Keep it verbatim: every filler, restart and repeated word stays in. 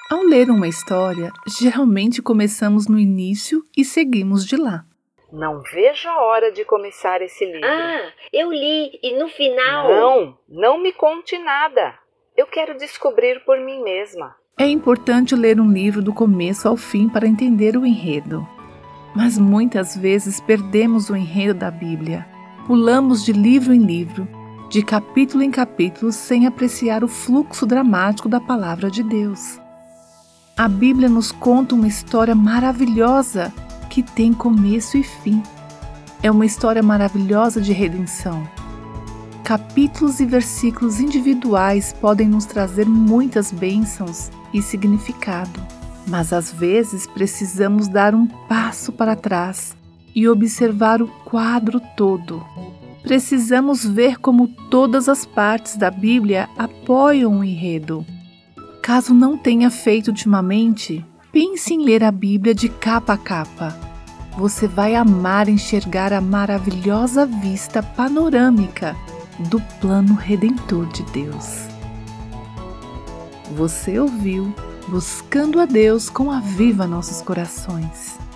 Ao ler uma história, geralmente começamos no início e seguimos de lá. Não vejo a hora de começar esse livro. Ah, eu li e no final... Não, não me conte nada. Eu quero descobrir por mim mesma. É importante ler um livro do começo ao fim para entender o enredo. Mas muitas vezes perdemos o enredo da Bíblia. Pulamos de livro em livro, de capítulo em capítulo, sem apreciar o fluxo dramático da palavra de Deus. A Bíblia nos conta uma história maravilhosa que tem começo e fim. É uma história maravilhosa de redenção. Capítulos e versículos individuais podem nos trazer muitas bênçãos e significado, mas às vezes precisamos dar um passo para trás e observar o quadro todo. Precisamos ver como todas as partes da Bíblia apoiam o enredo. Caso não tenha feito ultimamente, pense em ler a Bíblia de capa a capa. Você vai amar enxergar a maravilhosa vista panorâmica do plano redentor de Deus. Você ouviu Buscando a Deus com Aviva Nossos Corações.